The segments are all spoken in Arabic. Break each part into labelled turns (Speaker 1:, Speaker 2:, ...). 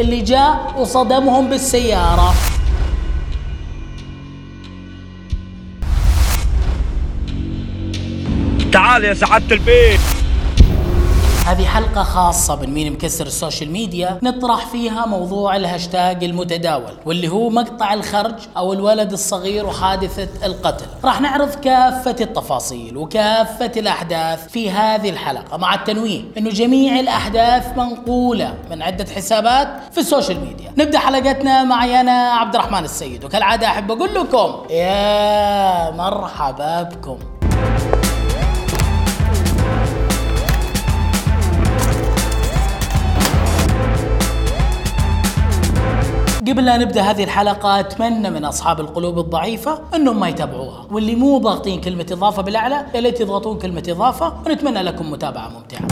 Speaker 1: اللي جاء وصدمهم بالسيارة.
Speaker 2: تعال يا سعادة البيت.
Speaker 1: هذه حلقة خاصة من مين مكسر السوشيال ميديا، نطرح فيها موضوع الهاشتاج المتداول واللي هو مقطع الخرج أو الولد الصغير وحادثة القتل. راح نعرض كافة التفاصيل وكافة الأحداث في هذه الحلقة، مع التنويه إنه جميع الأحداث منقولة من عدة حسابات في السوشيال ميديا. نبدأ حلقتنا معي أنا عبد الرحمن السيد، وكالعادة أحب أقول لكم يا مرحبا بكم. قبل لا نبدأ هذه الحلقة أتمنى من أصحاب القلوب الضعيفة أنهم ما يتابعوها، واللي مو ضاغطين كلمة إضافة بالأعلى يا ليت يضغطون كلمة إضافة، ونتمنى لكم متابعة ممتعة.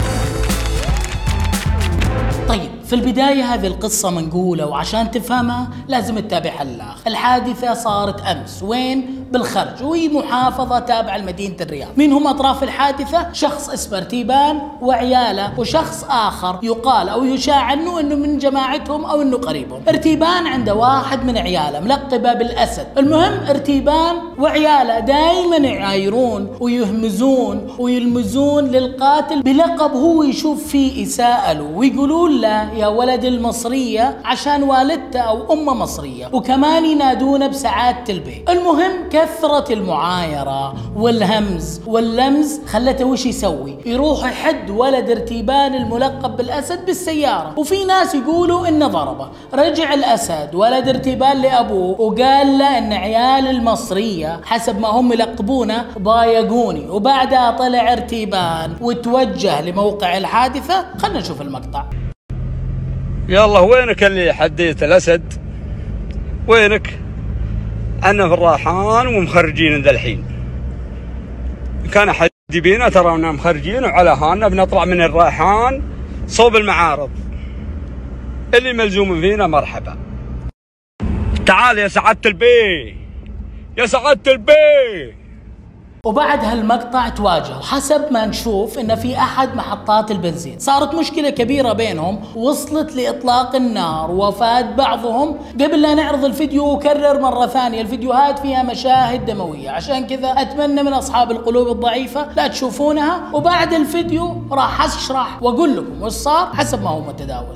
Speaker 1: طيب، في البداية هذه القصة منقولة، وعشان تفهمها لازم تتابعها للآخر. الحادثة صارت أمس، وين؟ بالخرج، وهي محافظة تابعة لمدينة الرياض. مين هم أطراف الحادثة؟ شخص اسمه ارتيبان وعياله، وشخص آخر يقال أو يشاع عنه أنه من جماعتهم أو أنه قريبهم. ارتيبان عنده واحد من عياله ملقبه بالأسد. المهم ارتيبان وعياله دائما يعايرون ويهمزون ويلمزون للقاتل بلقب هو يشوف فيه إساءة، ويقولون له يا ولد المصرية عشان والدته أو أمه مصرية، وكمان ينادونه بسعادة البيت. المهم كثرة المعايرة والهمز واللمز خلته وش يسوي؟ يروح يحد ولد ارتيبان الملقب بالأسد بالسيارة، وفي ناس يقولوا إنه ضربه. رجع الأسد ولد ارتيبان لأبوه وقال له إن عيال المصرية حسب ما هم يلقبونه ضايقوني، وبعدها طلع ارتيبان وتوجه لموقع الحادثة. خلنا نشوف المقطع.
Speaker 2: يلا وينك اللي حديت الأسد؟ وينك؟ أنا في الراحان ومخرجين ذا الحين. كان أحد بينا ترانا مخرجين وعلى هانا بنطلع من الراحان صوب المعارض. اللي ملزوم فينا مرحبا. تعال يا سعادة البي، يا سعادة البي.
Speaker 1: وبعد هالمقطع تواجهوا حسب ما نشوف إن في أحد محطات البنزين. صارت مشكلة كبيرة بينهم، وصلت لإطلاق النار ووفاة بعضهم. قبل لا نعرض الفيديو وكرر مرة ثانية، الفيديوهات فيها مشاهد دموية، عشان كذا أتمنى من أصحاب القلوب الضعيفة لا تشوفونها. وبعد الفيديو راح أشرح وأقول لكم وش صار حسب ما هو متداول.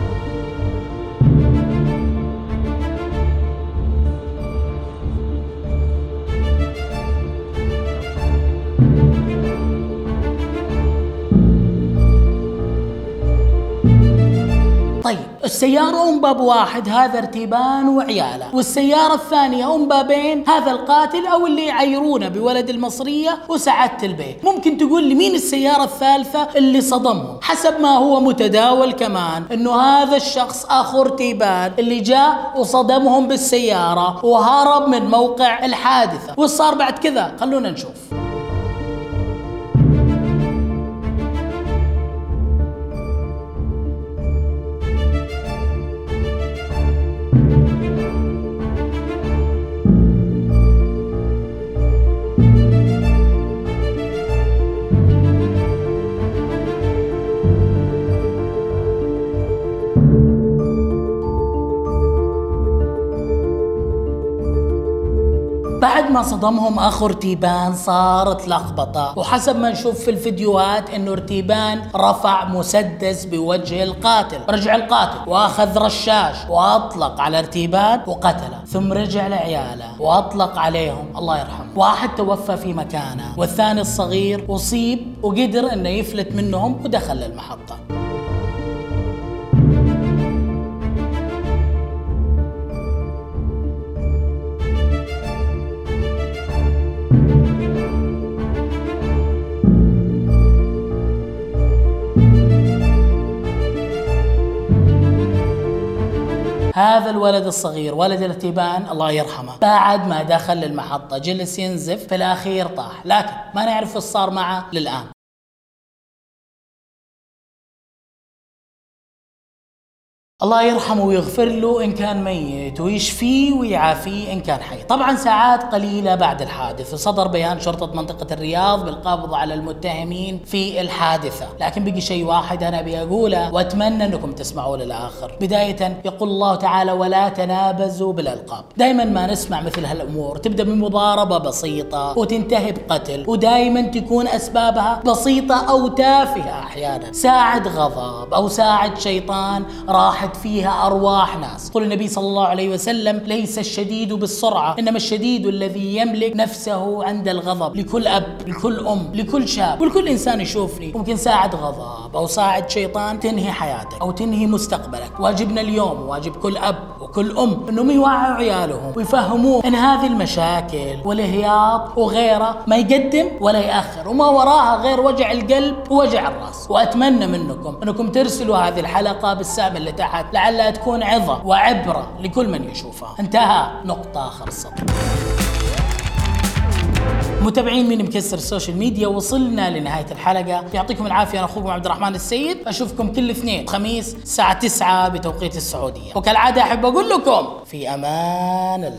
Speaker 1: طيب، السيارة أم باب واحد، هذا ارتيبان وعياله، والسيارة الثانية أم بابين، هذا القاتل أو اللي يعيرونه بولد المصرية وسعادة البيت. ممكن تقول لي مين السيارة الثالثة اللي صدمهم؟ حسب ما هو متداول كمان إنه هذا الشخص أخو ارتيبان اللي جاء وصدمهم بالسيارة وهرب من موقع الحادثة. وش صار بعد كذا؟ خلونا نشوف. بعد ما صدمهم أخو ارتيبان صارت لخبطة، وحسب ما نشوف في الفيديوهات إنه ارتيبان رفع مسدس بوجه القاتل. رجع القاتل وأخذ رشاش وأطلق على ارتيبان وقتله، ثم رجع لعياله وأطلق عليهم الله يرحمه. واحد توفى في مكانه، والثاني الصغير أصيب وقدر إنه يفلت منهم ودخل للمحطة. هذا الولد الصغير ولد الارتيبان الله يرحمه، بعد ما دخل للمحطة جلس ينزف، في الأخير طاح، لكن ما نعرف ايش صار معه للآن. الله يرحمه ويغفر له إن كان ميت، ويشفيه ويعافيه إن كان حي. طبعا ساعات قليلة بعد الحادث صدر بيان شرطة منطقة الرياض بالقبض على المتهمين في الحادثة، لكن بقي شيء واحد أنا بقوله وأتمنى أنكم تسمعوا للآخر. بداية يقول الله تعالى: ولا تنابزوا بالألقاب. دائما ما نسمع مثل هالأمور تبدأ بمضاربة بسيطة وتنتهي بقتل، ودائما تكون أسبابها بسيطة أو تافهة. أحيانا ساعة غضب أو ساعة شيطان راحت فيها أرواح ناس. قال النبي صلى الله عليه وسلم: ليس الشديد بالسرعة، إنما الشديد الذي يملك نفسه عند الغضب. لكل أب، لكل أم، لكل شاب، ولكل إنسان يشوفني ممكن ساعة غضب أو ساعة شيطان تنهي حياتك أو تنهي مستقبلك. واجبنا اليوم، واجب كل أب وكل أم، إنهم يوعوا عيالهم ويفهموه إن هذه المشاكل والهياط وغيره ما يقدم ولا يأخر، وما وراها غير وجع القلب ووجع الرأس. وأتمنى منكم إنكم ترسلوا هذه الحلقة بالسهم اللي تحت لعلها تكون عظة وعبرة لكل من يشوفها. انتهى، نقطة آخر السطر. متابعين من مكسر السوشيال ميديا، وصلنا لنهاية الحلقة. يعطيكم العافية، أنا أخوكم عبد الرحمن السيد. أشوفكم كل اثنين وخميس الساعة 9 بتوقيت السعودية، وكالعادة أحب أقول لكم في أمان الله.